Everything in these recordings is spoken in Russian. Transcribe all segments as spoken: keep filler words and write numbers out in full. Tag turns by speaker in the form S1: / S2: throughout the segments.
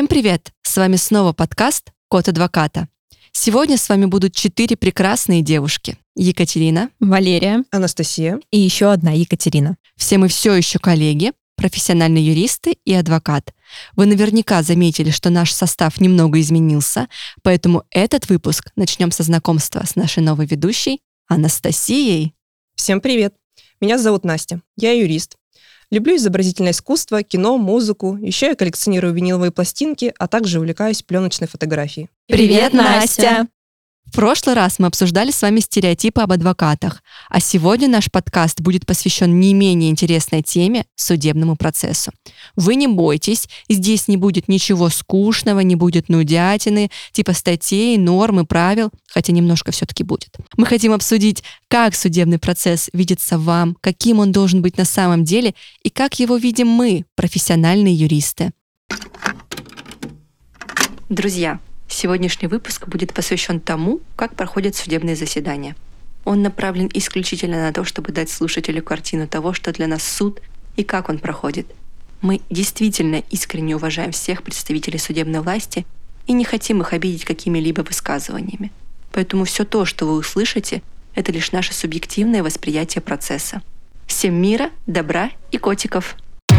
S1: Всем привет! С вами снова подкаст «Код адвоката». Сегодня с вами будут четыре прекрасные девушки. Екатерина,
S2: Валерия,
S3: Анастасия
S2: и еще одна Екатерина.
S1: Все мы все еще коллеги, профессиональные юристы и адвокат. Вы наверняка заметили, что наш состав немного изменился, поэтому этот выпуск начнем со знакомства с нашей новой ведущей Анастасией.
S3: Всем привет! Меня зовут Настя, я юрист. Люблю изобразительное искусство, кино, музыку. Еще я коллекционирую виниловые пластинки, а также увлекаюсь пленочной фотографией.
S2: Привет, Настя!
S1: В прошлый раз мы обсуждали с вами стереотипы об адвокатах, а сегодня наш подкаст будет посвящен не менее интересной теме — судебному процессу. Вы не бойтесь, здесь не будет ничего скучного, не будет нудятины, типа статей, норм и правил, хотя немножко все-таки будет. Мы хотим обсудить, как судебный процесс видится вам, каким он должен быть на самом деле и как его видим мы, профессиональные юристы. Друзья, сегодняшний выпуск будет посвящен тому, как проходят судебные заседания. Он направлен исключительно на то, чтобы дать слушателю картину того, что для нас суд и как он проходит. Мы действительно искренне уважаем всех представителей судебной власти и не хотим их обидеть какими-либо высказываниями. Поэтому все то, что вы услышите, это лишь наше субъективное восприятие процесса. Всем мира, добра и котиков!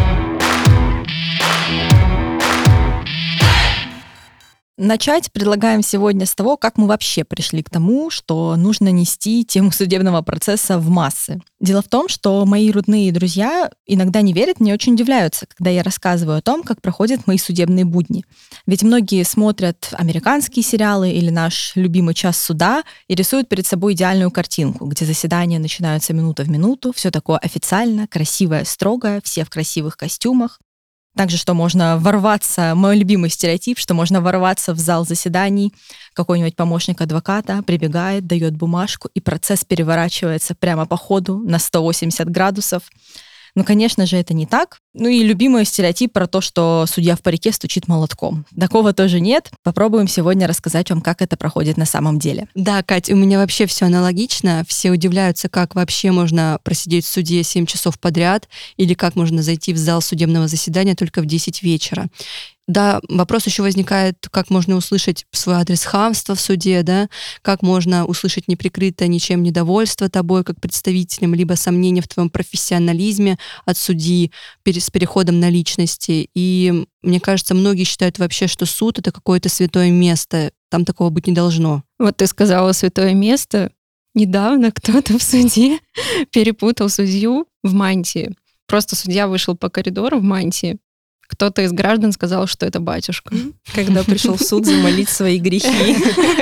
S2: Начать предлагаем сегодня с того, как мы вообще пришли к тому, что нужно нести тему судебного процесса в массы. Дело в том, что мои родные друзья иногда не верят, мне очень удивляются, когда я рассказываю о том, как проходят мои судебные будни. Ведь многие смотрят американские сериалы или наш любимый «Час суда» и рисуют перед собой идеальную картинку, где заседания начинаются минута в минуту, все такое официально, красивое, строгое, все в красивых костюмах. Также, что можно ворваться, мой любимый стереотип, что можно ворваться в зал заседаний, какой-нибудь помощник адвоката прибегает, дает бумажку, и процесс переворачивается прямо по ходу на сто восемьдесят градусов. Ну, конечно же, это не так. Ну и любимый стереотип про то, что судья в парике стучит молотком. Такого тоже нет. Попробуем сегодня рассказать вам, как это проходит на самом деле.
S1: Да, Кать, у меня вообще все аналогично. Все удивляются, как вообще можно просидеть в суде семь часов подряд или как можно зайти в зал судебного заседания только в десять вечера. Да, вопрос еще возникает, как можно услышать в свой адрес хамство в суде, да, как можно услышать неприкрытое ничем недовольство тобой как представителем, либо сомнения в твоем профессионализме от судьи с переходом на личности. И мне кажется, многие считают вообще, что суд — это какое-то святое место, там такого быть не должно.
S4: Вот ты сказала «святое место». Недавно кто-то в суде перепутал судью в мантии. Просто судья вышел по коридору в мантии. Кто-то из граждан сказал, что это батюшка.
S3: Когда пришел в суд замолить свои грехи.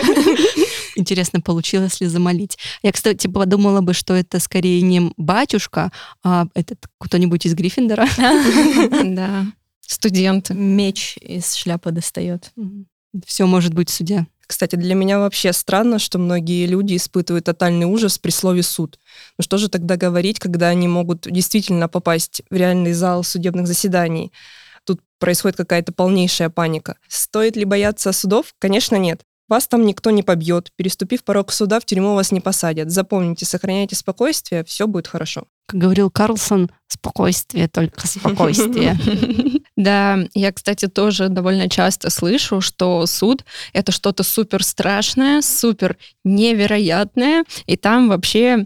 S1: Интересно, получилось ли замолить. Я, кстати, подумала бы, что это скорее не батюшка, а этот кто-нибудь из Гриффиндора.
S4: Да, студент.
S2: Меч из шляпы достает.
S1: Все может быть судья.
S3: Кстати, для меня вообще странно, что многие люди испытывают тотальный ужас при слове «суд». Ну что же тогда говорить, когда они могут действительно попасть в реальный зал судебных заседаний? Тут происходит какая-то полнейшая паника. Стоит ли бояться судов? Конечно, нет. Вас там никто не побьет. Переступив порог суда, в тюрьму вас не посадят. Запомните, сохраняйте спокойствие, все будет хорошо.
S1: Как говорил Карлсон, спокойствие, только спокойствие.
S4: Да, я, кстати, тоже довольно часто слышу, что суд — это что-то супер страшное, супер невероятное, и там вообще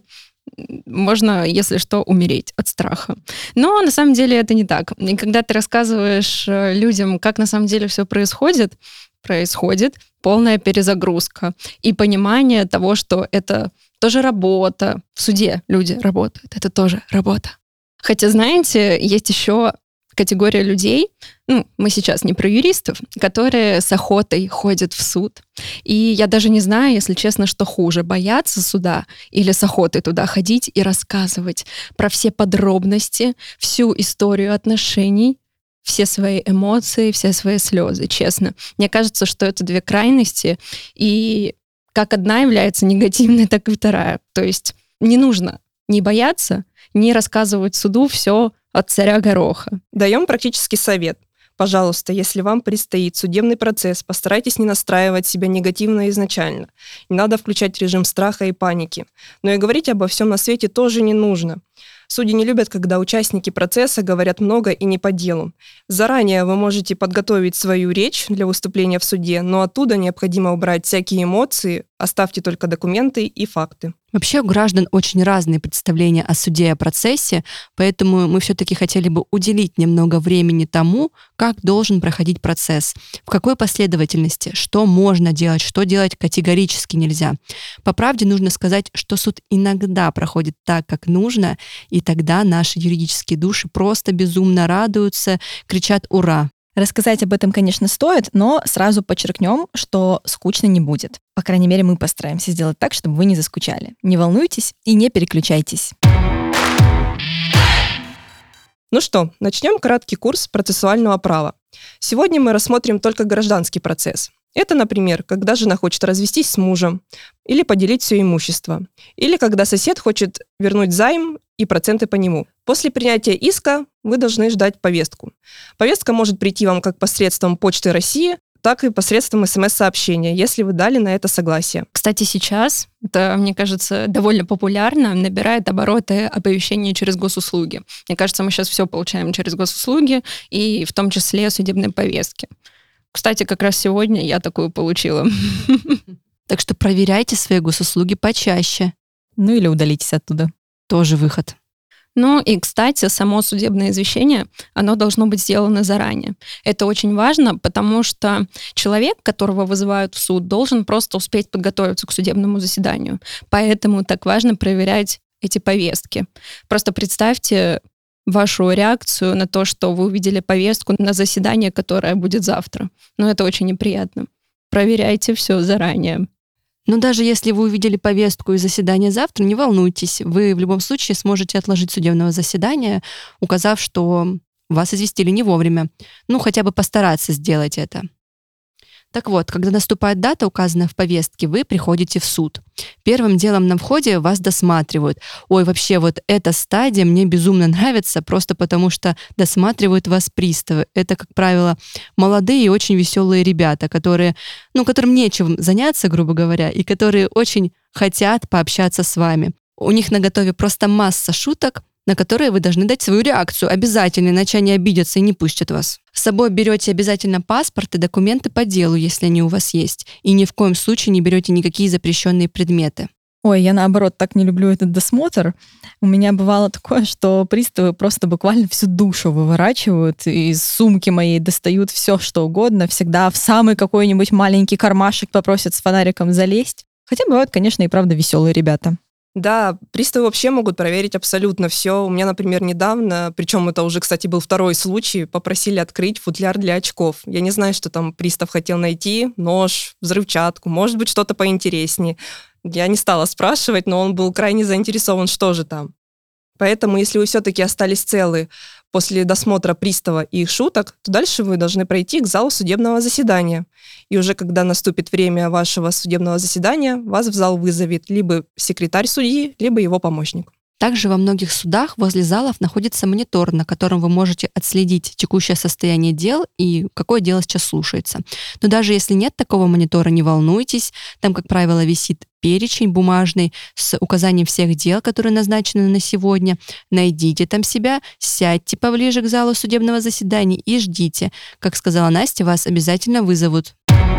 S4: можно, если что, умереть от страха. Но на самом деле это не так. И когда ты рассказываешь людям, как на самом деле все происходит, происходит полная перезагрузка и понимание того, что это тоже работа. В суде люди работают, это тоже работа. Хотя, знаете, есть еще категория людей, ну, мы сейчас не про юристов, которые с охотой ходят в суд. И я даже не знаю, если честно, что хуже, бояться суда или с охотой туда ходить и рассказывать про все подробности, всю историю отношений, все свои эмоции, все свои слезы, честно. Мне кажется, что это две крайности, и как одна является негативной, так и вторая. То есть не нужно не бояться, не рассказывать суду все от царя гороха.
S3: Даем практический совет. Пожалуйста, если вам предстоит судебный процесс, постарайтесь не настраивать себя негативно изначально. Не надо включать режим страха и паники. Но и говорить обо всем на свете тоже не нужно. Судьи не любят, когда участники процесса говорят много и не по делу. Заранее вы можете подготовить свою речь для выступления в суде, но оттуда необходимо убрать всякие эмоции, оставьте только документы и факты.
S1: Вообще у граждан очень разные представления о суде и о процессе, поэтому мы все-таки хотели бы уделить немного времени тому, как должен проходить процесс, в какой последовательности, что можно делать, что делать категорически нельзя. По правде нужно сказать, что суд иногда проходит так, как нужно, и тогда наши юридические души просто безумно радуются, кричат «Ура!».
S2: Рассказать об этом, конечно, стоит, но сразу подчеркнем, что скучно не будет. По крайней мере, мы постараемся сделать так, чтобы вы не заскучали. Не волнуйтесь и не переключайтесь.
S3: Ну что, начнем краткий курс процессуального права. Сегодня мы рассмотрим только гражданский процесс. Это, например, когда жена хочет развестись с мужем или поделить все имущество, или когда сосед хочет вернуть займ и проценты по нему. После принятия иска вы должны ждать повестку. Повестка может прийти вам как посредством Почты России, так и посредством смс-сообщения, если вы дали на это согласие.
S4: Кстати, сейчас, это, мне кажется, довольно популярно, набирает обороты оповещения через госуслуги. Мне кажется, мы сейчас все получаем через госуслуги, и в том числе судебные повестки. Кстати, как раз сегодня я такую получила.
S1: Так что проверяйте свои госуслуги почаще.
S2: Ну или удалитесь оттуда.
S1: Тоже выход.
S4: Ну и, кстати, само судебное извещение, оно должно быть сделано заранее. Это очень важно, потому что человек, которого вызывают в суд, должен просто успеть подготовиться к судебному заседанию. Поэтому так важно проверять эти повестки. Просто представьте вашу реакцию на то, что вы увидели повестку на заседание, которое будет завтра. Ну, это очень неприятно. Проверяйте все заранее.
S1: Но даже если вы увидели повестку и заседание завтра, не волнуйтесь. Вы в любом случае сможете отложить судебное заседание, указав, что вас известили не вовремя. Ну, хотя бы постараться сделать это. Так вот, когда наступает дата, указанная в повестке, вы приходите в суд. Первым делом на входе вас досматривают. Ой, вообще, вот эта стадия мне безумно нравится, просто потому что досматривают вас приставы. Это, как правило, молодые и очень веселые ребята, которые, ну, которым нечем заняться, грубо говоря, и которые очень хотят пообщаться с вами. У них наготове просто масса шуток, на которые вы должны дать свою реакцию обязательно, иначе они обидятся и не пустят вас. С собой берете обязательно паспорт и документы по делу, если они у вас есть, и ни в коем случае не берете никакие запрещенные предметы.
S2: Ой, я наоборот так не люблю этот досмотр. У меня бывало такое, что приставы просто буквально всю душу выворачивают, и из сумки моей достают все, что угодно, всегда в самый какой-нибудь маленький кармашек попросят с фонариком залезть. Хотя бывают, конечно, и правда веселые ребята.
S3: Да, приставы вообще могут проверить абсолютно все. У меня, например, недавно, причем это уже, кстати, был второй случай, попросили открыть футляр для очков. Я не знаю, что там пристав хотел найти, нож, взрывчатку, может быть, что-то поинтереснее. Я не стала спрашивать, но он был крайне заинтересован, что же там. Поэтому, если вы все-таки остались целы после досмотра пристава и их шуток, то дальше вы должны пройти к залу судебного заседания. И уже когда наступит время вашего судебного заседания, вас в зал вызовет либо секретарь судьи, либо его помощник.
S1: Также во многих судах возле залов находится монитор, на котором вы можете отследить текущее состояние дел и какое дело сейчас слушается. Но даже если нет такого монитора, не волнуйтесь. Там, как правило, висит перечень бумажный с указанием всех дел, которые назначены на сегодня. Найдите там себя, сядьте поближе к залу судебного заседания и ждите. Как сказала Настя, вас обязательно вызовут.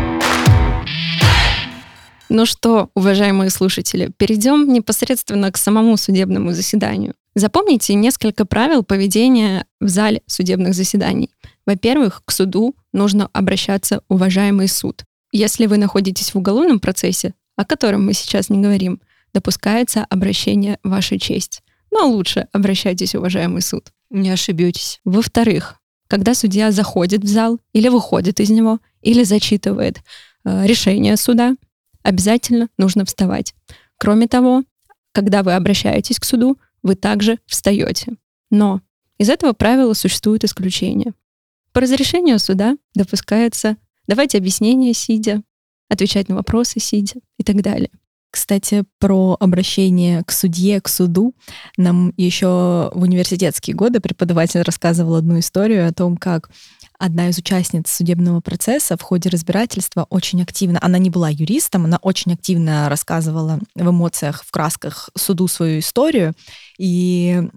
S4: Ну что, уважаемые слушатели, перейдем непосредственно к самому судебному заседанию. Запомните несколько правил поведения в зале судебных заседаний. Во-первых, к суду нужно обращаться уважаемый суд. Если вы находитесь в уголовном процессе, о котором мы сейчас не говорим, допускается обращение «Ваша честь». Но лучше обращайтесь, уважаемый суд.
S1: Не ошибетесь.
S4: Во-вторых, когда судья заходит в зал или выходит из него, или зачитывает э, решение суда, обязательно нужно вставать. Кроме того, когда вы обращаетесь к суду, вы также встаете. Но из этого правила существует исключение. По разрешению суда допускается давать объяснения сидя, отвечать на вопросы сидя и так далее.
S2: Кстати, про обращение к судье, к суду. Нам еще в университетские годы преподаватель рассказывал одну историю о том, как одна из участниц судебного процесса в ходе разбирательства очень активно, она не была юристом, она очень активно рассказывала в эмоциях, в красках суду свою историю. И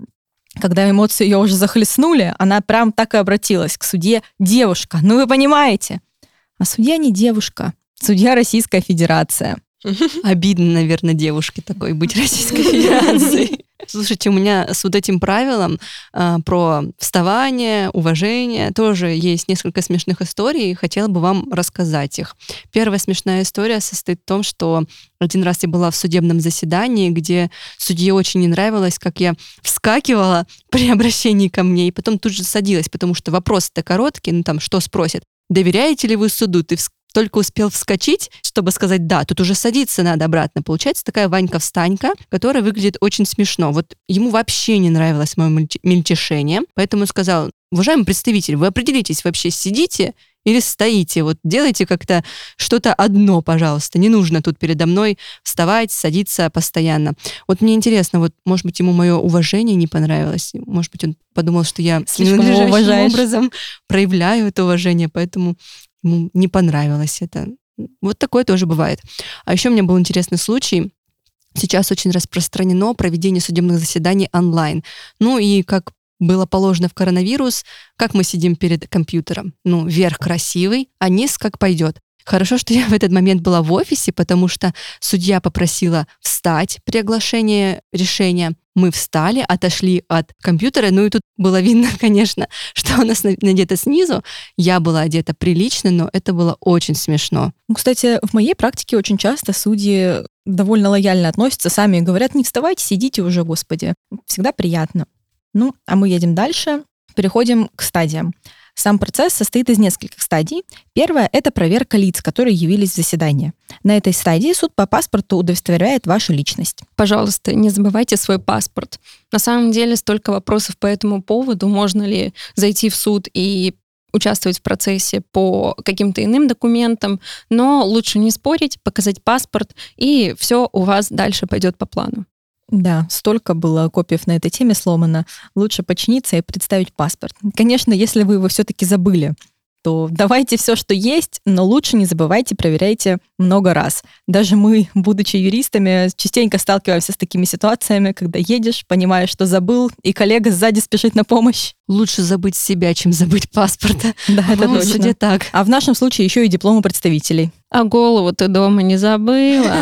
S2: Когда эмоции ее уже захлестнули, она прям так и обратилась к судье: «Девушка, ну вы понимаете». А судья не девушка, судья Российская Федерация.
S1: Обидно, наверное, девушке такой быть Российской Федерацией. Слушайте, у меня с вот этим правилом э, про вставание, уважение тоже есть несколько смешных историй, и хотела бы вам рассказать их. Первая смешная история состоит в том, что один раз я была в судебном заседании, где судье очень не нравилось, как я вскакивала при обращении ко мне, и потом тут же садилась, потому что вопрос-то короткий, ну там, что спросят? Доверяете ли вы суду? Ты вс- только успел вскочить, чтобы сказать «да», тут уже садиться надо обратно. Получается такая Ванька-встанька, которая выглядит очень смешно. Вот ему вообще не нравилось мое мельч- мельтешение, поэтому сказал: уважаемый представитель, вы определитесь, вообще сидите или стоите, вот делайте как-то что-то одно, пожалуйста. Не нужно тут передо мной вставать, садиться постоянно. Вот мне интересно, вот, может быть, ему мое уважение не понравилось, может быть, он подумал, что я
S2: Слишком
S1: ненадлежащим
S2: уважаешь.
S1: образом проявляю это уважение, поэтому ему не понравилось это. Вот такое тоже бывает. А еще у меня был интересный случай. Сейчас очень распространено проведение судебных заседаний онлайн. Ну и как было положено в коронавирус, как мы сидим перед компьютером. Ну, верх красивый, а низ как пойдет. Хорошо, что я в этот момент была в офисе, потому что судья попросила встать при оглашении решения. Мы встали, отошли от компьютера, ну и тут было видно, конечно, что у нас надето снизу. Я была одета прилично, но это было очень смешно.
S2: Ну, кстати, в моей практике очень часто судьи довольно лояльно относятся, сами говорят: не вставайте, сидите уже, господи. Всегда приятно. Ну, а мы едем дальше, переходим к стадиям. Сам процесс состоит из нескольких стадий. Первая — это проверка лиц, которые явились в заседание. На этой стадии суд по паспорту удостоверяет вашу личность.
S4: Пожалуйста, не забывайте свой паспорт. На самом деле столько вопросов по этому поводу. Можно ли зайти в суд и участвовать в процессе по каким-то иным документам, но лучше не спорить, показать паспорт, и все у вас дальше пойдет по плану.
S2: Да, столько было копиев на этой теме сломано. Лучше починиться и представить паспорт. Конечно, если вы его все-таки забыли, то давайте все, что есть, но лучше не забывайте, проверяйте много раз. Даже мы, будучи юристами, частенько сталкиваемся с такими ситуациями, когда едешь, понимаешь, что забыл, и коллега сзади спешит на помощь.
S1: Лучше забыть себя, чем забыть паспорта.
S2: Да, это
S1: По-моему, в
S2: точно.
S1: суде так.
S2: А в нашем случае еще и дипломы представителей.
S4: А голову ты дома не забыла?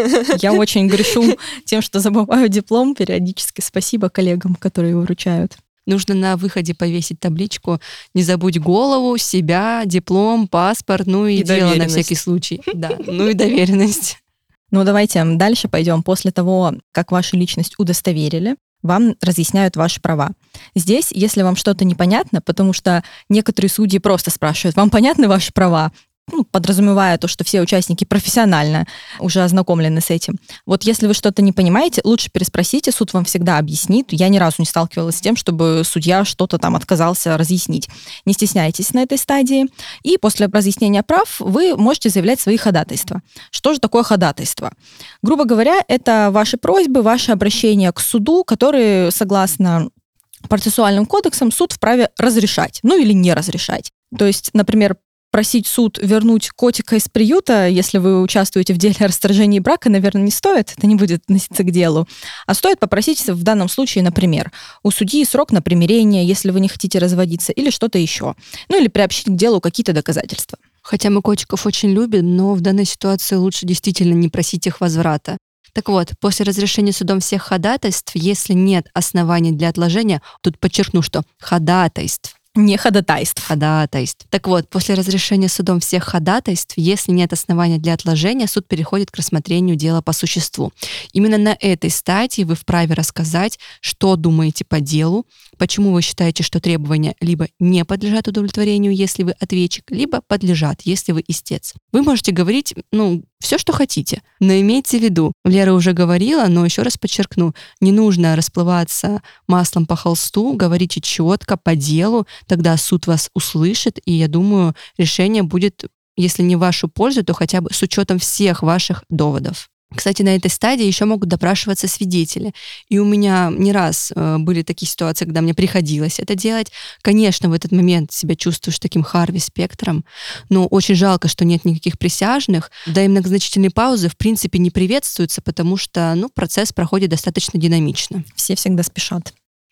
S2: Я очень грешу тем, что забываю диплом периодически. Спасибо коллегам, которые его вручают.
S1: Нужно на выходе повесить табличку «Не забудь голову, себя, диплом, паспорт, ну и,
S3: И
S1: дело на
S3: доверенность.
S1: всякий случай». Да, ну и доверенность.
S2: Ну, давайте дальше пойдем. После того, как вашу личность удостоверили, вам разъясняют ваши права. Здесь, если вам что-то непонятно, потому что некоторые судьи просто спрашивают: вам понятны ваши права? Ну, подразумевая то, что все участники профессионально уже ознакомлены с этим. Вот если вы что-то не понимаете, лучше переспросите, суд вам всегда объяснит. Я ни разу не сталкивалась с тем, чтобы судья что-то там отказался разъяснить. Не стесняйтесь на этой стадии. И после разъяснения прав вы можете заявлять свои ходатайства. Что же такое ходатайство? Грубо говоря, это ваши просьбы, ваши обращения к суду, которые, согласно процессуальным кодексам, суд вправе разрешать, ну или не разрешать. То есть, например, просить суд вернуть котика из приюта, если вы участвуете в деле о расторжении брака, наверное, не стоит, это не будет относиться к делу. А стоит попросить в данном случае, например, у судьи срок на примирение, если вы не хотите разводиться, или что-то еще. Ну или приобщить к делу какие-то доказательства.
S1: Хотя мы котиков очень любим, но в данной ситуации лучше действительно не просить их возврата. Так вот, после разрешения судом всех ходатайств, если нет оснований для отложения, тут подчеркну, что ходатайств,
S2: Не ходатайств.
S1: ходатайств. Так вот, после разрешения судом всех ходатайств, если нет основания для отложения, суд переходит к рассмотрению дела по существу. Именно на этой стадии вы вправе рассказать, что думаете по делу, почему вы считаете, что требования либо не подлежат удовлетворению, если вы ответчик, либо подлежат, если вы истец. Вы можете говорить, ну, все, что хотите, но имейте в виду, Лера уже говорила, но еще раз подчеркну, не нужно расплываться маслом по холсту, говорите четко, по делу, тогда суд вас услышит, и, я думаю, решение будет, если не в вашу пользу, то хотя бы с учетом всех ваших доводов. Кстати, на этой стадии еще могут допрашиваться свидетели. И у меня не раз э, были такие ситуации, когда мне приходилось это делать. Конечно, в этот момент себя чувствуешь таким Харви Спектром, но очень жалко, что нет никаких присяжных. Да и многозначительные паузы в принципе не приветствуются, потому что ну, процесс проходит достаточно динамично.
S2: Все всегда спешат.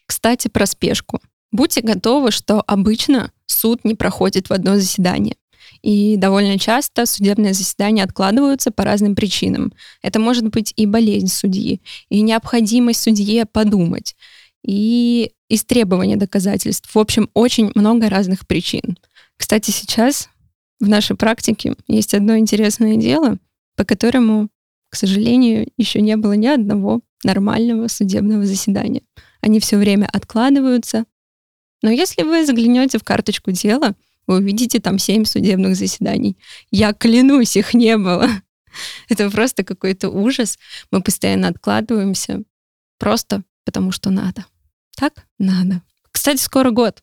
S4: Кстати, про спешку. Будьте готовы, что обычно суд не проходит в одно заседание. И довольно часто судебные заседания откладываются по разным причинам. Это может быть и болезнь судьи, и необходимость судье подумать, и истребование доказательств. В общем, очень много разных причин. Кстати, сейчас в нашей практике есть одно интересное дело, по которому, к сожалению, еще не было ни одного нормального судебного заседания. Они все время откладываются. Но если вы заглянете в карточку дела, вы увидите там семь судебных заседаний. Я клянусь, их не было. Это просто какой-то ужас. Мы постоянно откладываемся просто потому, что надо. Так? Надо. Кстати, скоро год.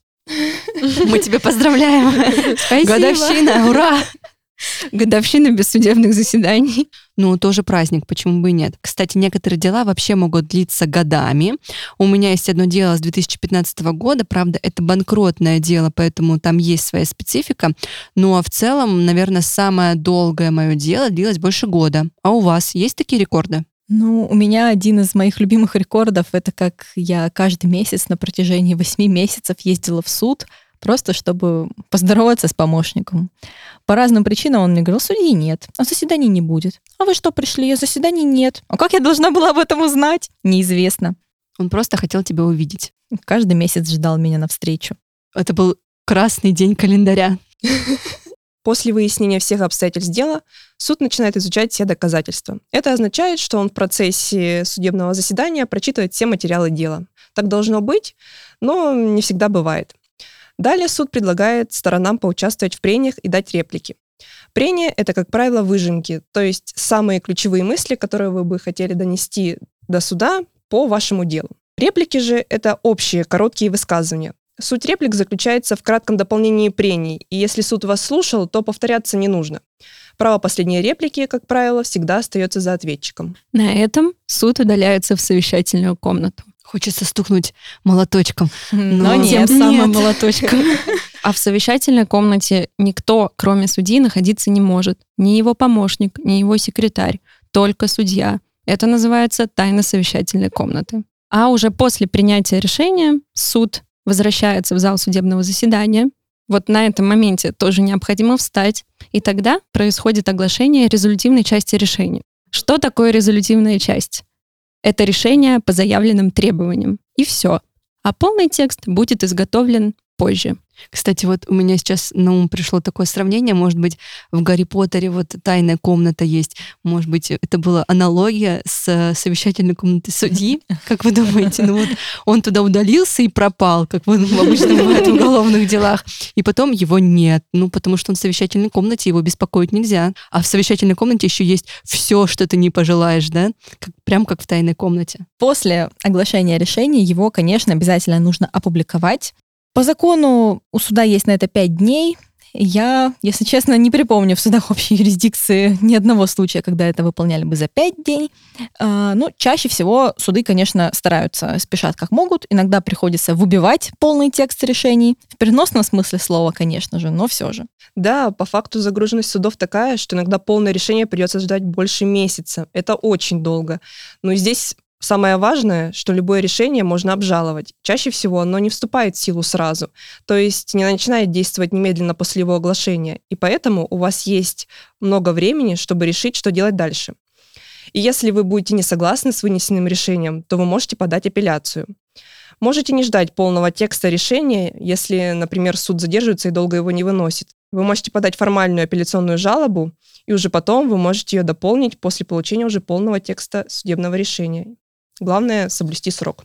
S1: Мы тебя поздравляем.
S4: Спасибо.
S1: Годовщина, ура!
S4: Годовщина без судебных заседаний.
S1: Ну, тоже праздник, почему бы и нет. Кстати, некоторые дела вообще могут длиться годами. У меня есть одно дело с две тысячи пятнадцатого года, правда, это банкротное дело, поэтому там есть своя специфика. Ну, а в целом, наверное, самое долгое мое дело длилось больше года. А у вас есть такие рекорды?
S2: Ну, у меня один из моих любимых рекордов — это как я каждый месяц на протяжении восьми месяцев ездила в суд, просто чтобы поздороваться с помощником. По разным причинам он мне говорил: судьи нет, а заседаний не будет. А вы что, пришли? А заседаний нет. А как я должна была об этом узнать? Неизвестно.
S1: Он просто хотел тебя увидеть.
S2: Каждый месяц ждал меня навстречу.
S1: Это был красный день календаря.
S3: После выяснения всех обстоятельств дела суд начинает изучать все доказательства. Это означает, что он в процессе судебного заседания прочитывает все материалы дела. Так должно быть, но не всегда бывает. Далее суд предлагает сторонам поучаствовать в прениях и дать реплики. Прения — это, как правило, выжимки, то есть самые ключевые мысли, которые вы бы хотели донести до суда по вашему делу. Реплики же — это общие, короткие высказывания. Суть реплик заключается в кратком дополнении прений, и если суд вас слушал, то повторяться не нужно. Право последней реплики, как правило, всегда остается за ответчиком.
S4: На этом суд удаляется в совещательную комнату.
S1: Хочется стукнуть молоточком.
S2: Но
S1: Но
S2: нет.
S4: Тем самым
S1: Нет.
S4: молоточком. А в совещательной комнате никто, кроме судьи, находиться не может. Ни его помощник, ни его секретарь. Только судья. Это называется тайна совещательной комнаты. А уже после принятия решения суд возвращается в зал судебного заседания. Вот на этом моменте тоже необходимо встать. И тогда происходит оглашение резолютивной части решения. Что такое резолютивная часть? Это решение по заявленным требованиям. И все. А полный текст будет изготовлен позже.
S1: Кстати, вот у меня сейчас на ум пришло такое сравнение. Может быть, в «Гарри Поттере» вот тайная комната есть. Может быть, это была аналогия с совещательной комнатой судьи. Как вы думаете? Ну вот он туда удалился и пропал, как вот обычно бывает в уголовных делах. И потом его нет. Ну, потому что он в совещательной комнате, его беспокоить нельзя. А в совещательной комнате еще есть все, что ты не пожелаешь, да? Как, прям как в тайной комнате.
S2: После оглашения решения его, конечно, обязательно нужно опубликовать. По закону у суда есть на это пять дней. Я, если честно, не припомню в судах общей юрисдикции ни одного случая, когда это выполняли бы за пять дней. А, ну, чаще всего суды, конечно, стараются, спешат как могут. Иногда приходится выбивать полный текст решений. В переносном смысле слова, конечно же, но все же.
S3: Да, по факту загруженность судов такая, что иногда полное решение придется ждать больше месяца. Это очень долго. Но здесь самое важное, что любое решение можно обжаловать. Чаще всего оно не вступает в силу сразу, то есть не начинает действовать немедленно после его оглашения, и поэтому у вас есть много времени, чтобы решить, что делать дальше. И если вы будете не согласны с вынесенным решением, то вы можете подать апелляцию. Можете не ждать полного текста решения, если, например, суд задерживается и долго его не выносит. Вы можете подать формальную апелляционную жалобу, и уже потом вы можете ее дополнить после получения уже полного текста судебного решения. Главное — соблюсти срок.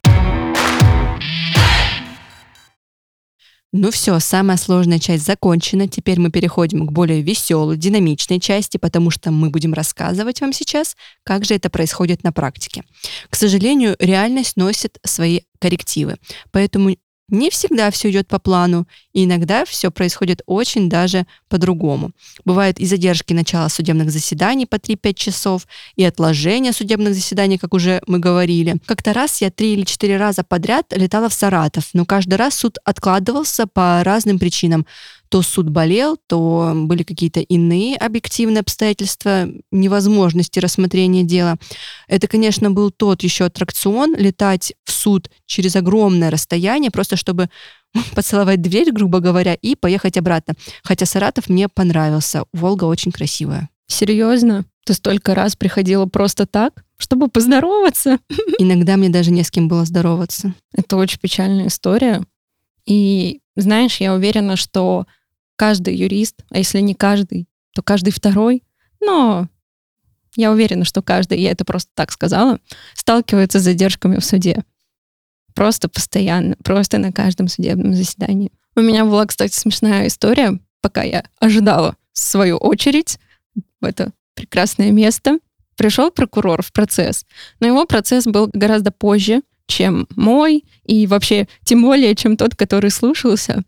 S1: Ну все, самая сложная часть закончена. Теперь мы переходим к более веселой, динамичной части, потому что мы будем рассказывать вам сейчас, как же это происходит на практике. К сожалению, реальность носит свои коррективы, поэтому не всегда все идет по плану, и иногда все происходит очень даже по-другому. Бывают и задержки начала судебных заседаний по три-пять часов, и отложения судебных заседаний, как уже мы говорили. Как-то раз я три или четыре раза подряд летала в Саратов, но каждый раз суд откладывался по разным причинам. то суд болел, то были какие-то иные объективные обстоятельства невозможности рассмотрения дела. Это, конечно, был тот еще аттракцион, летать в суд через огромное расстояние, просто чтобы поцеловать дверь, грубо говоря, и поехать обратно. Хотя Саратов мне понравился. Волга очень красивая.
S4: Серьезно? Ты столько раз приходила просто так, чтобы поздороваться?
S1: Иногда мне даже не с кем было здороваться.
S4: Это очень печальная история. И знаешь, я уверена, что каждый юрист, а если не каждый, то каждый второй, но я уверена, что каждый, я это просто так сказала, сталкивается с задержками в суде. Просто постоянно, просто на каждом судебном заседании. У меня была, кстати, смешная история, пока я ожидала свою очередь в это прекрасное место. Пришел прокурор в процесс, но его процесс был гораздо позже, чем мой, и вообще тем более, чем тот, который слушался.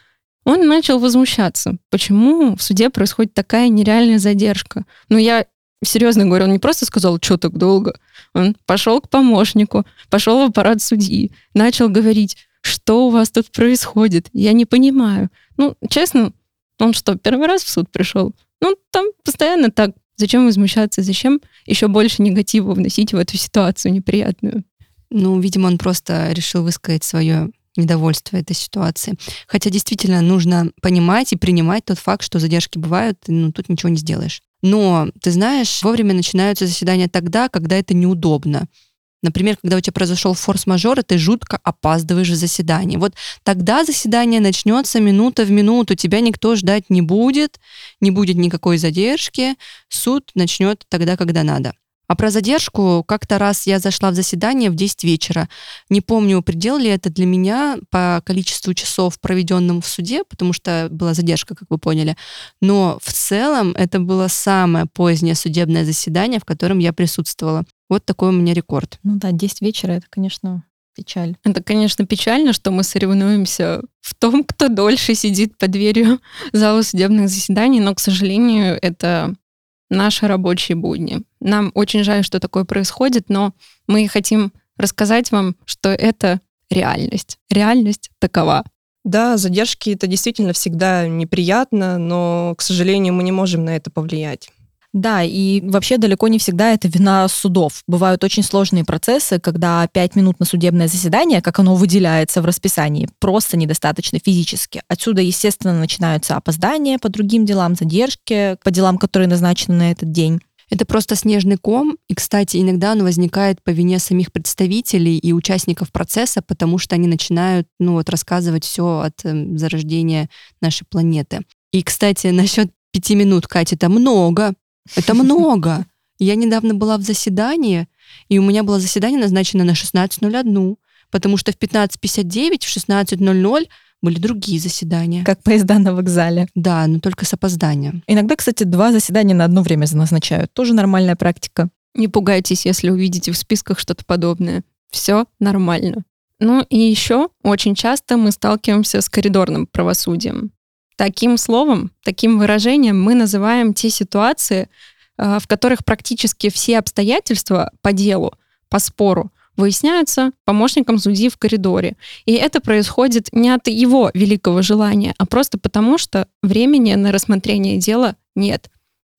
S4: Он начал возмущаться, почему в суде происходит такая нереальная задержка. Ну, я серьезно говорю, он не просто сказал, что так долго. Он пошел к помощнику, пошел в аппарат судьи, начал говорить, что у вас тут происходит, я не понимаю. Ну, честно, он что, первый раз в суд пришел? Ну, там постоянно так. Зачем возмущаться? Зачем еще больше негатива вносить в эту ситуацию неприятную?
S1: Ну, видимо, он просто решил высказать свое недовольство этой ситуации. Хотя действительно нужно понимать и принимать тот факт, что задержки бывают, и, ну, тут ничего не сделаешь. Но, ты знаешь, вовремя начинаются заседания тогда, когда это неудобно. Например, когда у тебя произошел форс-мажор, и ты жутко опаздываешь в заседание. Вот тогда заседание начнется минута в минуту, тебя никто ждать не будет, не будет никакой задержки, суд начнет тогда, когда надо. А про задержку, как-то раз я зашла в заседание в десять вечера. Не помню, предел ли это для меня по количеству часов, проведенным в суде, потому что была задержка, как вы поняли. Но в целом это было самое позднее судебное заседание, в котором я присутствовала. Вот такой у меня рекорд.
S2: Ну да, десять вечера, это, конечно, печаль.
S4: Это, конечно, печально, что мы соревнуемся в том, кто дольше сидит под дверью зала судебных заседаний, но, к сожалению, это наши рабочие будни. Нам очень жаль, что такое происходит, но мы хотим рассказать вам, что это реальность. Реальность такова.
S3: Да, задержки — это действительно всегда неприятно, но, к сожалению, мы не можем на это повлиять.
S2: Да, и вообще далеко не всегда это вина судов. Бывают очень сложные процессы, когда пять минут на судебное заседание, как оно выделяется в расписании, просто недостаточно физически. Отсюда, естественно, начинаются опоздания по другим делам, задержки по делам, которые назначены на этот день.
S1: Это просто снежный ком, и, кстати, иногда он возникает по вине самих представителей и участников процесса, потому что они начинают, ну вот, рассказывать все от э, зарождения нашей планеты. И, кстати, насчет пяти минут, Катя, это много. Это много. Я недавно была в заседании, и у меня было заседание назначено на шестнадцать ноль один, потому что в пятнадцать пятьдесят девять, в шестнадцать ноль ноль были другие заседания.
S2: Как поезда на вокзале.
S1: Да, но только с опозданием.
S2: Иногда, кстати, два заседания на одно время назначают. Тоже нормальная практика.
S4: Не пугайтесь, если увидите в списках что-то подобное. Все нормально. Ну и еще очень часто мы сталкиваемся с коридорным правосудием. Таким словом, таким выражением мы называем те ситуации, в которых практически все обстоятельства по делу, по спору выясняются помощником судьи в коридоре. И это происходит не от его великого желания, а просто потому, что времени на рассмотрение дела нет.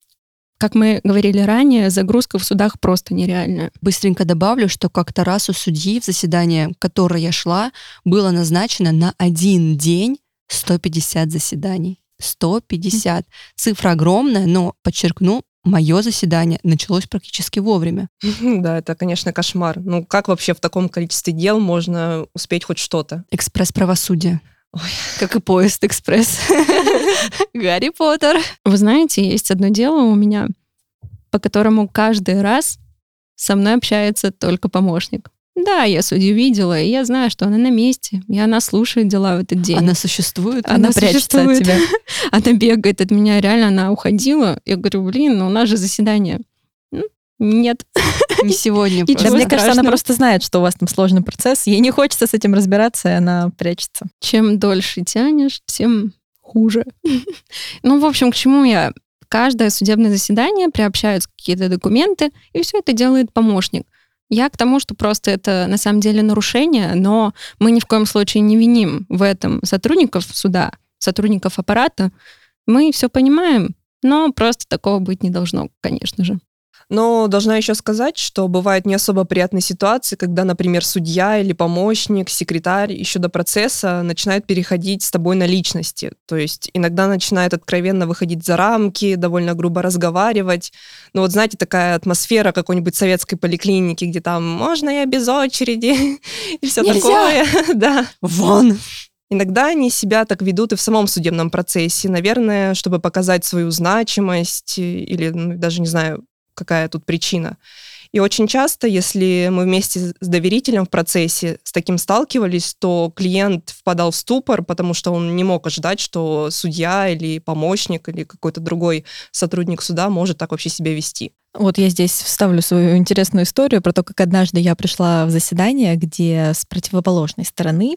S4: Как мы говорили ранее, загрузка в судах просто нереальная.
S1: Быстренько добавлю, что как-то раз у судьи в заседание, в которое я шла, было назначено на один день сто пятьдесят заседаний. сто пятьдесят. Цифра огромная, но, подчеркну, мое заседание началось практически вовремя.
S3: Да, это, конечно, кошмар. Ну, как вообще в таком количестве дел можно успеть хоть что-то?
S1: Экспресс-правосудие.
S3: Ой.
S1: Как и поезд-экспресс. Гарри Поттер.
S4: Вы знаете, есть одно дело у меня, по которому каждый раз со мной общается только помощник. Да, я судью видела, и я знаю, что она на месте, и она слушает дела в этот день.
S1: Она существует?
S4: Она,
S2: Она прячется от тебя.
S4: Она бегает от меня, реально, она уходила. Я говорю, блин, ну у нас же заседание. Ну, нет.
S1: Не сегодня
S4: Ничего
S2: Да,
S1: просто.
S2: мне кажется, она
S4: страшного.
S2: просто знает, что у вас там сложный процесс. Ей не хочется с этим разбираться, и она прячется.
S4: Чем дольше тянешь, тем хуже. Ну, в общем, к чему я? Каждое судебное заседание приобщаются какие-то документы, и все это делает помощник. Я к тому, что просто это на самом деле нарушение, но мы ни в коем случае не виним в этом сотрудников суда. сотрудников аппарата. Мы все понимаем, но просто такого быть не должно, конечно же.
S3: Но должна еще сказать, что бывают не особо приятные ситуации, когда, например, судья или помощник, секретарь еще до процесса начинают переходить с тобой на личности. То есть иногда начинают откровенно выходить за рамки, довольно грубо разговаривать. Ну вот знаете, такая атмосфера какой-нибудь советской поликлиники, где там «можно я без очереди?» и все такое. Да.
S1: Вон!
S3: Иногда они себя так ведут и в самом судебном процессе, наверное, чтобы показать свою значимость или ну, даже, не знаю, какая тут причина. И очень часто, если мы вместе с доверителем в процессе с таким сталкивались, то клиент впадал в ступор, потому что он не мог ожидать, что судья или помощник или какой-то другой сотрудник суда может так вообще себя вести.
S2: Вот я здесь вставлю свою интересную историю про то, как однажды я пришла в заседание, где с противоположной стороны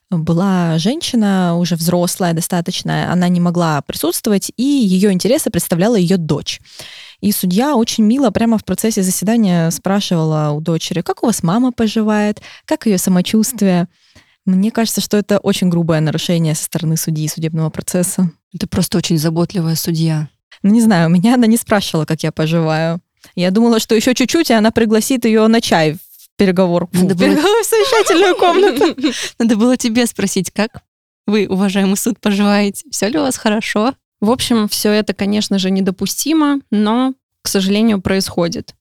S2: была женщина, уже взрослая достаточно, она не могла присутствовать, и ее интересы представляла ее дочь. И судья очень мило прямо в процессе заседания спрашивала у дочери, как у вас мама поживает, как ее самочувствие. Мне кажется, что это очень грубое нарушение со стороны судьи судебного процесса.
S1: Это просто очень заботливая судья.
S2: Ну, не знаю, меня она не спрашивала, как я поживаю. Я думала, что еще чуть-чуть, и она пригласит ее на чай в переговор. Фу,
S1: Надо
S2: в
S1: было-
S2: переговор в совещательную комнату.
S1: Надо было тебе спросить, как вы, уважаемый суд, поживаете? Все ли у вас хорошо?
S4: В общем, все это, конечно же, недопустимо, но, к сожалению, происходит.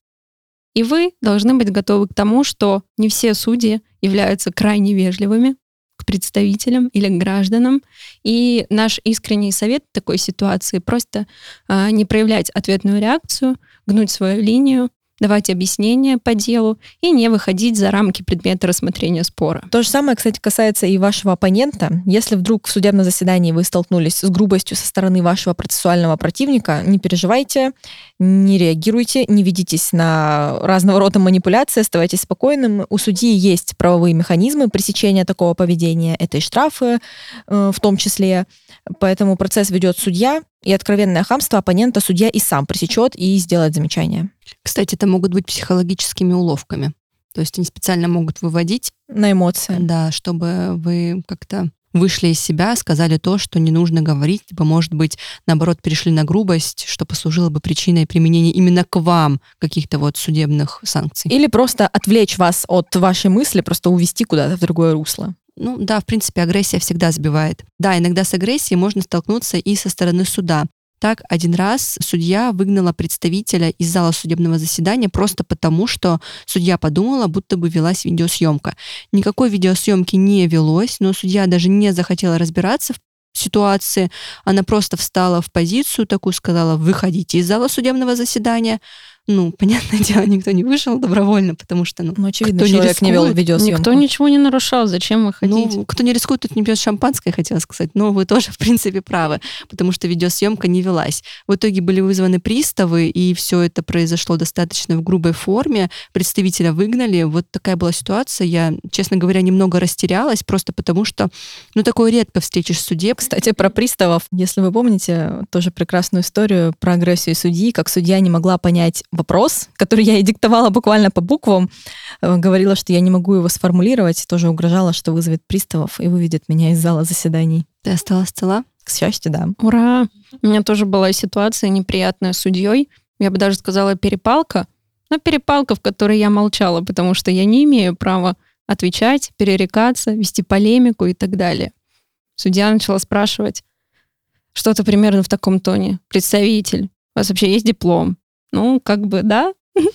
S4: И вы должны быть готовы к тому, что не все судьи являются крайне вежливыми к представителям или к гражданам. И наш искренний совет в такой ситуации просто а, не проявлять ответную реакцию, гнуть свою линию, давать объяснения по делу и не выходить за рамки предмета рассмотрения спора.
S2: То же самое, кстати, касается и вашего оппонента. Если вдруг в судебном заседании вы столкнулись с грубостью со стороны вашего процессуального противника, не переживайте, не реагируйте, не ведитесь на разного рода манипуляции, оставайтесь спокойным. У судьи есть правовые механизмы пресечения такого поведения, это и штрафы э, в том числе. Поэтому процесс ведет судья, и откровенное хамство оппонента судья и сам пресечет и сделает замечание.
S1: Кстати, это могут быть психологическими уловками. То есть они специально могут выводить,
S2: На эмоции.
S1: да, чтобы вы как-то вышли из себя, сказали то, что не нужно говорить, либо, может быть, наоборот, перешли на грубость, что послужило бы причиной применения именно к вам каких-то вот судебных санкций.
S2: Или просто отвлечь вас от вашей мысли, просто увести куда-то в другое русло.
S1: Ну да, в принципе, агрессия всегда сбивает. Да, иногда с агрессией можно столкнуться и со стороны суда. Так, один раз судья выгнала представителя из зала судебного заседания просто потому, что судья подумала, будто бы велась видеосъемка. Никакой видеосъемки не велось, но судья даже не захотела разбираться в ситуации. Она просто встала в позицию такую, сказала, выходите из зала судебного заседания. Ну, понятное дело, никто не вышел добровольно, потому что, ну,
S2: Ну, очевидно,
S1: кто не
S2: человек не вел
S1: рискует,
S2: видеосъемку.
S4: Никто ничего не нарушал, зачем выходить?
S1: ну, кто не рискует, тот не пьет шампанское, хотела сказать. Но вы тоже, в принципе, правы, потому что видеосъемка не велась. В итоге были вызваны приставы, и все это произошло достаточно в грубой форме. Представителя выгнали. Вот такая была ситуация. Я, честно говоря, немного растерялась, просто потому что, ну, такое редко встретишь в суде.
S2: Кстати, про приставов. Если вы помните тоже прекрасную историю про агрессию судьи, как судья не могла понять вопрос, который я ей диктовала буквально по буквам, э, говорила, что я не могу его сформулировать, тоже угрожала, что вызовет приставов и выведет меня из зала заседаний.
S1: Ты осталась цела?
S2: К счастью, да.
S4: Ура! У меня тоже была ситуация неприятная с судьей. Я бы даже сказала перепалка, но перепалка, в которой я молчала, потому что я не имею права отвечать, перерекаться, вести полемику и так далее. Судья начала спрашивать что-то примерно в таком тоне. Представитель, у вас вообще есть диплом? Ну, как бы, да.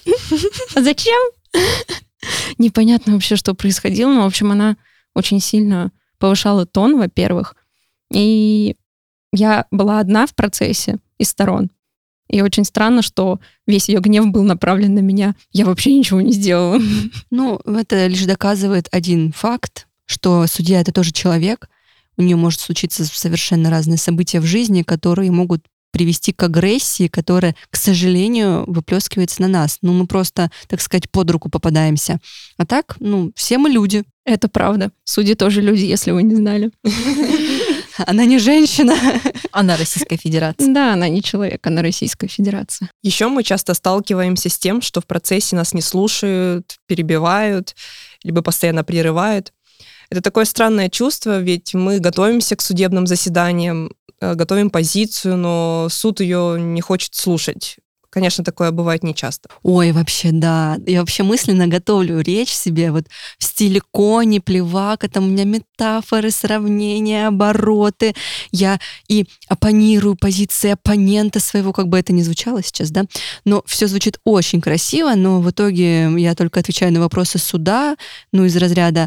S4: А зачем? Непонятно вообще, что происходило, но, в общем, она очень сильно повышала тон, во-первых. И я была одна в процессе из сторон. И очень странно, что весь ее гнев был направлен на меня. Я вообще ничего не сделала.
S1: Ну, это лишь доказывает один факт, что судья — это тоже человек. У нее может случиться совершенно разные события в жизни, которые могут привести к агрессии, которая, к сожалению, выплескивается на нас. Ну, мы просто, так сказать, под руку попадаемся. А так, ну, все мы люди.
S4: Это правда. Судьи тоже люди, если вы не знали.
S1: Она не женщина.
S2: Она Российская Федерация.
S4: Да, она не человек, она Российская Федерация.
S3: Еще мы часто сталкиваемся с тем, что в процессе нас не слушают, перебивают, либо постоянно прерывают. Это такое странное чувство, ведь мы готовимся к судебным заседаниям, готовим позицию, но суд ее не хочет слушать. Конечно, такое бывает нечасто.
S1: Ой, вообще, да. Я вообще мысленно готовлю речь себе вот в стиле Кони, Плевака, там у меня метафоры, сравнения, обороты. Я и оппонирую позиции оппонента своего, как бы это ни звучало сейчас, да. Но все звучит очень красиво, но в итоге я только отвечаю на вопросы суда, ну, из разряда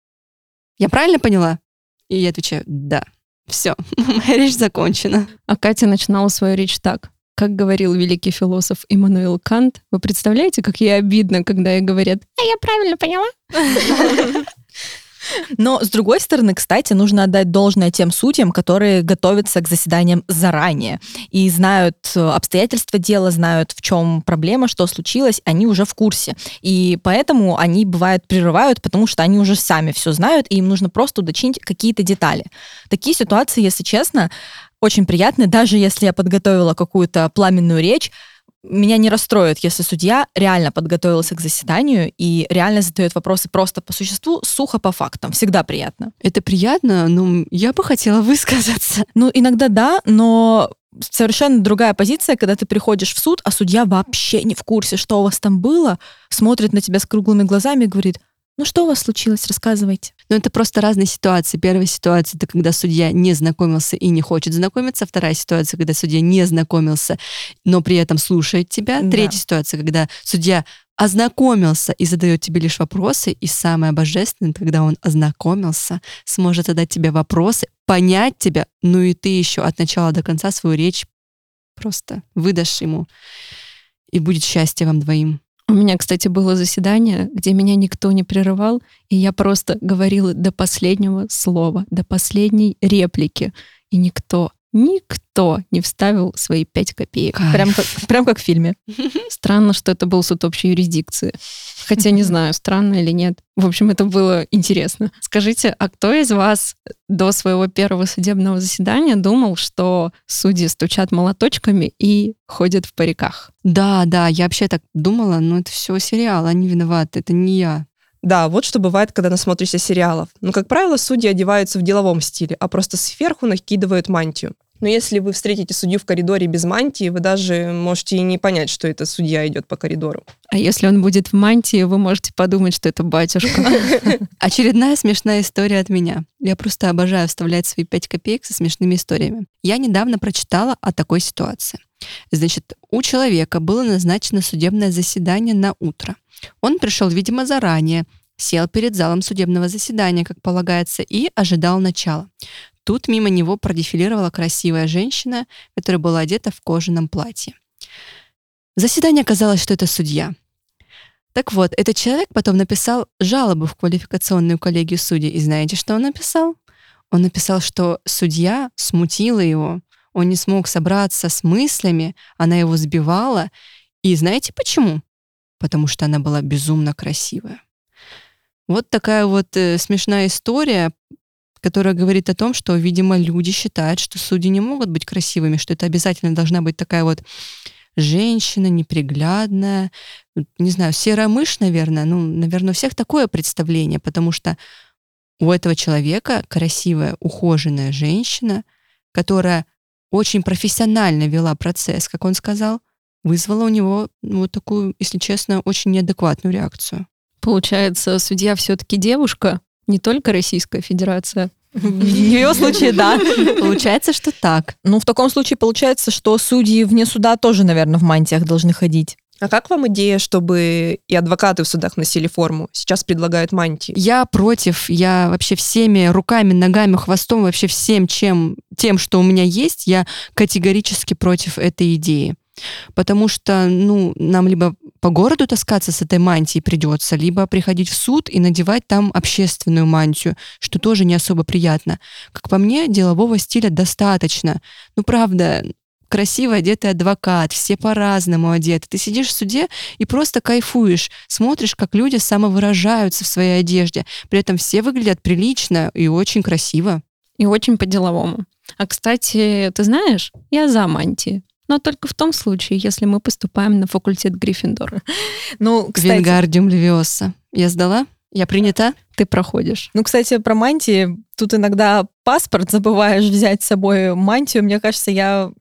S1: «Я правильно поняла?» И я отвечаю «Да». Все, моя речь закончена.
S4: А Катя начинала свою речь так. Как говорил великий философ Иммануил Кант, вы представляете, как ей обидно, когда ей говорят «А я правильно поняла?»
S2: Но, с другой стороны, кстати, нужно отдать должное тем судьям, которые готовятся к заседаниям заранее и знают обстоятельства дела, знают, в чем проблема, что случилось, они уже в курсе. И поэтому они, бывает, прерывают, потому что они уже сами все знают, и им нужно просто уточнить какие-то детали. Такие ситуации, если честно, очень приятны, даже если я подготовила какую-то пламенную речь, меня не расстроит, если судья реально подготовился к заседанию и реально задает вопросы просто по существу, сухо по фактам. Всегда приятно.
S1: Это приятно, но я бы хотела высказаться.
S2: Ну, иногда да, но совершенно другая позиция, когда ты приходишь в суд, а судья вообще не в курсе, что у вас там было, смотрит на тебя с круглыми глазами и говорит: ну что у вас случилось, рассказывайте.
S1: Но это просто разные ситуации. Первая ситуация — это когда судья не знакомился и не хочет знакомиться. Вторая ситуация — когда судья не знакомился, но при этом слушает тебя.
S2: Да.
S1: Третья ситуация — когда судья ознакомился и задает тебе лишь вопросы. И самое божественное, когда он ознакомился, сможет задать тебе вопросы, понять тебя, ну и ты еще от начала до конца свою речь просто выдашь ему. И будет счастье вам двоим.
S4: У меня, кстати, было заседание, где меня никто не прерывал, и я просто говорила до последнего слова, до последней реплики. И никто, никто не вставил свои пять копеек.
S2: Прям как, прям как в фильме.
S4: Странно, что это был суд общей юрисдикции. Хотя не знаю, странно или нет. В общем, это было интересно. Скажите, а кто из вас до своего первого судебного заседания думал, что судьи стучат молоточками и ходят в париках?
S1: Да, да, я вообще так думала, но это все сериал, они виноваты, это не я.
S3: Да, вот что бывает, когда насмотришься сериалов. Но, как правило, судьи одеваются в деловом стиле, а просто сверху накидывают мантию. Но если вы встретите судью в коридоре без мантии, вы даже можете и не понять, что это судья идет по коридору.
S4: А если он будет в мантии, вы можете подумать, что это батюшка.
S1: Очередная смешная история от меня. Я просто обожаю вставлять свои пять копеек со смешными историями. Я недавно прочитала о такой ситуации. Значит, у человека было назначено судебное заседание на утро. Он пришел, видимо, заранее, сел перед залом судебного заседания, как полагается, и ожидал начала. Тут мимо него продефилировала красивая женщина, которая была одета в кожаном платье. В заседании оказалось, что это судья. Так вот, этот человек потом написал жалобу в квалификационную коллегию судей. И знаете, что он написал? Он написал, что судья смутила его, он не смог собраться с мыслями, она его сбивала. И знаете почему? Потому что она была безумно красивая. Вот такая вот э, смешная история, которая говорит о том, что, видимо, люди считают, что судьи не могут быть красивыми, что это обязательно должна быть такая вот женщина неприглядная, не знаю, серая мышь, наверное. Ну, наверное, у всех такое представление, потому что у этого человека красивая, ухоженная женщина, которая очень профессионально вела процесс, как он сказал, вызвала у него ну, вот такую, если честно, очень неадекватную реакцию.
S4: Получается, судья все-таки девушка, не только Российская Федерация.
S2: В ее случае, да.
S1: Получается, что так.
S2: Ну, в таком случае получается, что судьи вне суда тоже, наверное, в мантиях должны ходить.
S3: А как вам идея, чтобы и адвокаты в судах носили форму? Сейчас предлагают мантии.
S1: Я против, я вообще всеми руками, ногами, хвостом, вообще всем, чем, тем, что у меня есть, я категорически против этой идеи. Потому что, ну, нам либо по городу таскаться с этой мантией придется, либо приходить в суд и надевать там общественную мантию, что тоже не особо приятно. Как по мне, делового стиля достаточно. Ну, правда, красиво одетый адвокат, все по-разному одеты. Ты сидишь в суде и просто кайфуешь, смотришь, как люди самовыражаются в своей одежде. При этом все выглядят прилично и очень красиво.
S4: И очень по-деловому. А, кстати, ты знаешь, я за мантии. Но только в том случае, если мы поступаем на факультет Гриффиндора.
S2: Ну, кстати...
S1: Вингардиум Левиоса. Я сдала? Я принята?
S4: Ты проходишь.
S2: Ну, кстати, про мантии. Тут иногда паспорт забываешь взять с собой мантию. Мне кажется, я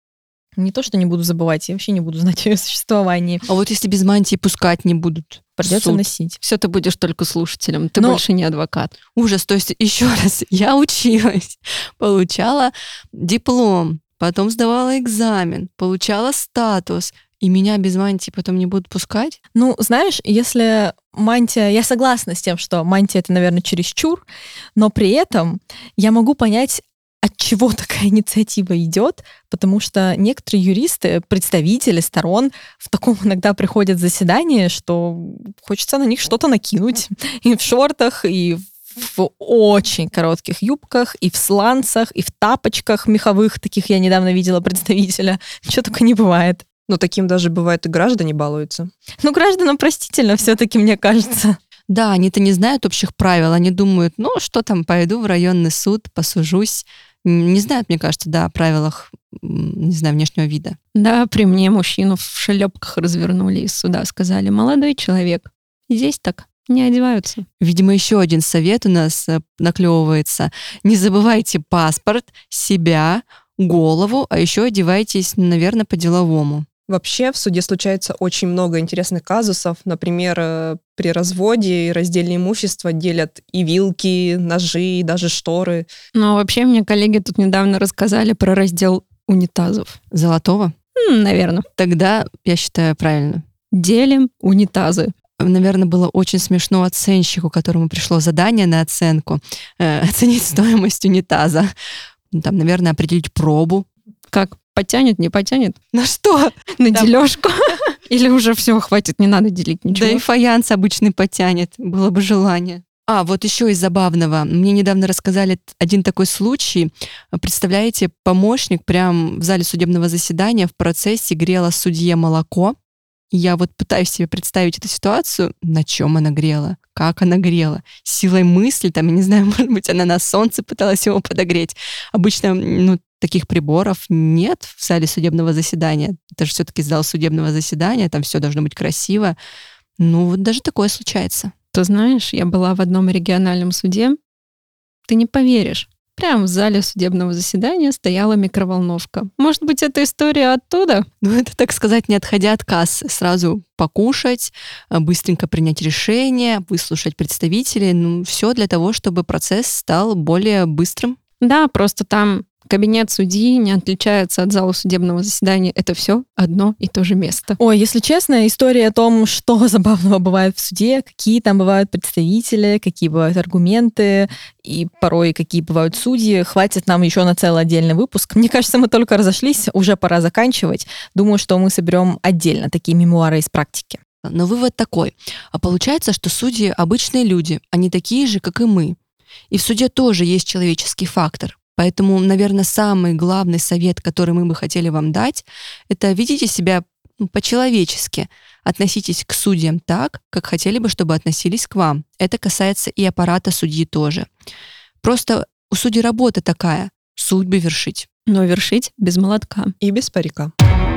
S2: не то, что не буду забывать, я вообще не буду знать о ее существовании.
S1: А вот если без мантии пускать не будут?
S2: Придется
S1: суд.
S2: носить.
S4: Все, ты будешь только слушателем, ты
S2: Но-
S4: больше не адвокат.
S1: Ужас. То есть, еще раз, я училась, получала диплом, потом сдавала экзамен, получала статус, и меня без мантии потом не будут пускать?
S2: Ну, знаешь, если мантия... Я согласна с тем, что мантия — это, наверное, чересчур, но при этом я могу понять, от чего такая инициатива идет, потому что некоторые юристы, представители сторон в таком иногда приходят в заседание, что хочется на них что-то накинуть. И в шортах, и в очень коротких юбках, и в сланцах, и в тапочках меховых, таких я недавно видела представителя. Ничего только не бывает.
S3: Но таким даже бывает и граждане балуются.
S2: Ну, гражданам простительно все-таки, мне кажется.
S1: Да, они-то не знают общих правил, они думают, ну, что там, пойду в районный суд, посужусь. Не знают, мне кажется, да, о правилах, м, не знаю, внешнего вида.
S4: Да, при мне мужчину в шлепках развернули из суда, сказали, молодой человек, здесь так не одеваются.
S1: Видимо, еще один совет у нас э, наклевывается. Не забывайте паспорт, себя, голову, а еще одевайтесь, наверное, по-деловому.
S3: Вообще в суде случается очень много интересных казусов. Например, э, при разводе и разделе имущества делят и вилки, ножи, и даже шторы.
S4: Но вообще мне коллеги тут недавно рассказали про раздел унитазов.
S1: Золотого?
S4: Наверное.
S1: Тогда, я считаю, правильно.
S4: Делим унитазы.
S1: Наверное, было очень смешно оценщику, которому пришло задание на оценку, э, оценить стоимость унитаза. Ну, там, наверное, определить пробу.
S4: Как, потянет, не потянет?
S1: На что?
S4: На
S1: Там-
S4: дележку? Или уже все, хватит, не надо делить ничего?
S1: Да и фаянс обычный потянет, было бы желание. А, вот еще из забавного. Мне недавно рассказали т- один такой случай. Представляете, помощник прям в зале судебного заседания в процессе грела судье молоко. И я вот пытаюсь себе представить эту ситуацию, на чем она грела, как она грела, силой мысли, там, я не знаю, может быть, она на солнце пыталась его подогреть. Обычно, ну, таких приборов нет в зале судебного заседания. Это же все-таки зал судебного заседания, там все должно быть красиво. Ну, вот даже такое случается.
S4: Ты знаешь, я была в одном региональном суде, ты не поверишь, прямо в зале судебного заседания стояла микроволновка. Может быть, эта история оттуда?
S1: Ну, это, так сказать, не отходя от кассы. Сразу покушать, а, быстренько принять решение, выслушать представителей. Ну, все для того, чтобы процесс стал более быстрым.
S4: Да, просто там кабинет судьи не отличается от зала судебного заседания. Это все одно и то же место.
S2: Ой, если честно, история о том, что забавного бывает в суде, какие там бывают представители, какие бывают аргументы, и порой какие бывают судьи, хватит нам еще на целый отдельный выпуск. Мне кажется, мы только разошлись, уже пора заканчивать. Думаю, что мы соберем отдельно такие мемуары из практики.
S1: Но вывод такой. А получается, что судьи обычные люди, они такие же, как и мы. И в суде тоже есть человеческий фактор. Поэтому, наверное, самый главный совет, который мы бы хотели вам дать, это ведите себя ну, по-человечески. Относитесь к судьям так, как хотели бы, чтобы относились к вам. Это касается и аппарата судьи тоже. Просто у судьи работа такая — судьбы вершить.
S4: Но вершить без молотка.
S3: И без парика.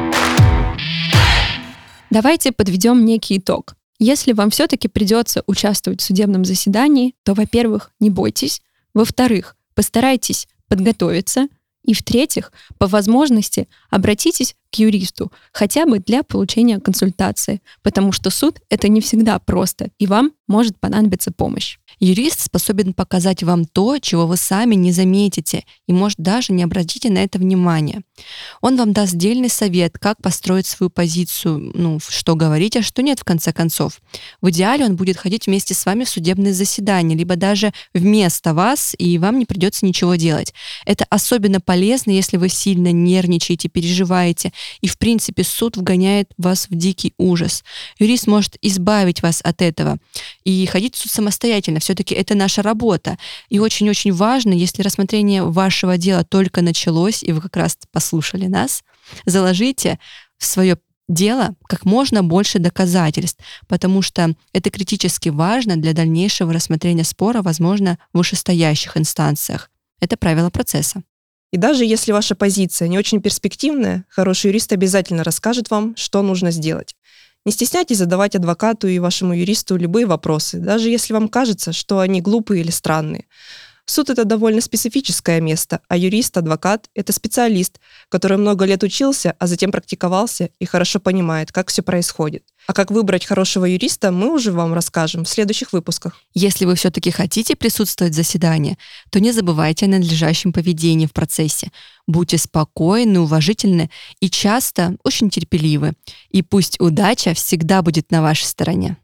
S4: Давайте подведем некий итог. Если вам все-таки придется участвовать в судебном заседании, то, во-первых, не бойтесь. Во-вторых, постарайтесь подготовиться. И в-третьих, по возможности обратитесь к юристу хотя бы для получения консультации, потому что суд — это не всегда просто, и вам может понадобиться помощь.
S1: Юрист способен показать вам то, чего вы сами не заметите, и, может, даже не обратите на это внимание. Он вам даст дельный совет, как построить свою позицию, ну, что говорить, а что нет, в конце концов. В идеале он будет ходить вместе с вами в судебные заседания, либо даже вместо вас, и вам не придется ничего делать. Это особенно полезно, если вы сильно нервничаете, переживаете, и, в принципе, суд вгоняет вас в дикий ужас. Юрист может избавить вас от этого и ходить в суд самостоятельно. Все-таки это наша работа. И очень-очень важно, если рассмотрение вашего дела только началось, и вы как раз послушали нас, заложите в свое дело как можно больше доказательств, потому что это критически важно для дальнейшего рассмотрения спора, возможно, в вышестоящих инстанциях. Это правило процесса.
S3: И даже если ваша позиция не очень перспективная, хороший юрист обязательно расскажет вам, что нужно сделать. Не стесняйтесь задавать адвокату и вашему юристу любые вопросы, даже если вам кажется, что они глупые или странные. Суд — это довольно специфическое место, а юрист, адвокат — это специалист, который много лет учился, а затем практиковался и хорошо понимает, как все происходит. А как выбрать хорошего юриста, мы уже вам расскажем в следующих выпусках.
S1: Если вы все-таки хотите присутствовать в заседании, то не забывайте о надлежащем поведении в процессе. Будьте спокойны, уважительны и часто очень терпеливы. И пусть удача всегда будет на вашей стороне.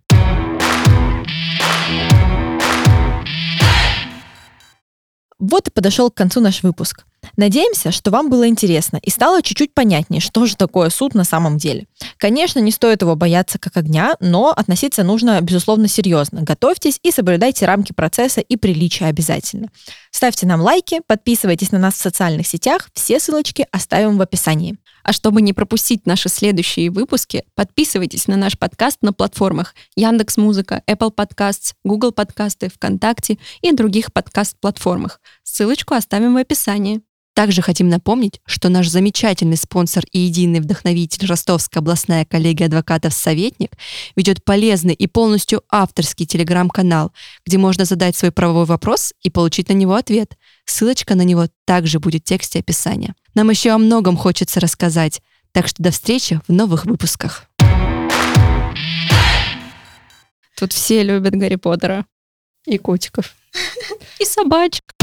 S2: Вот и подошел к концу наш выпуск. Надеемся, что вам было интересно и стало чуть-чуть понятнее, что же такое суд на самом деле. Конечно, не стоит его бояться как огня, но относиться нужно, безусловно, серьезно. Готовьтесь и соблюдайте рамки процесса и приличия обязательно. Ставьте нам лайки, подписывайтесь на нас в социальных сетях, все ссылочки оставим в описании.
S4: А чтобы не пропустить наши следующие выпуски, подписывайтесь на наш подкаст на платформах Яндекс.Музыка, Apple Podcasts, Google Подкасты, ВКонтакте и других подкаст-платформах. Ссылочку оставим в описании.
S1: Также хотим напомнить, что наш замечательный спонсор и единый вдохновитель Ростовская областная коллегия адвокатов «Советник» ведет полезный и полностью авторский телеграм-канал, где можно задать свой правовой вопрос и получить на него ответ. Ссылочка на него также будет в тексте описания. Нам еще о многом хочется рассказать, так что до встречи в новых выпусках.
S4: Тут все любят Гарри Поттера.
S1: И котиков.
S4: И собачек.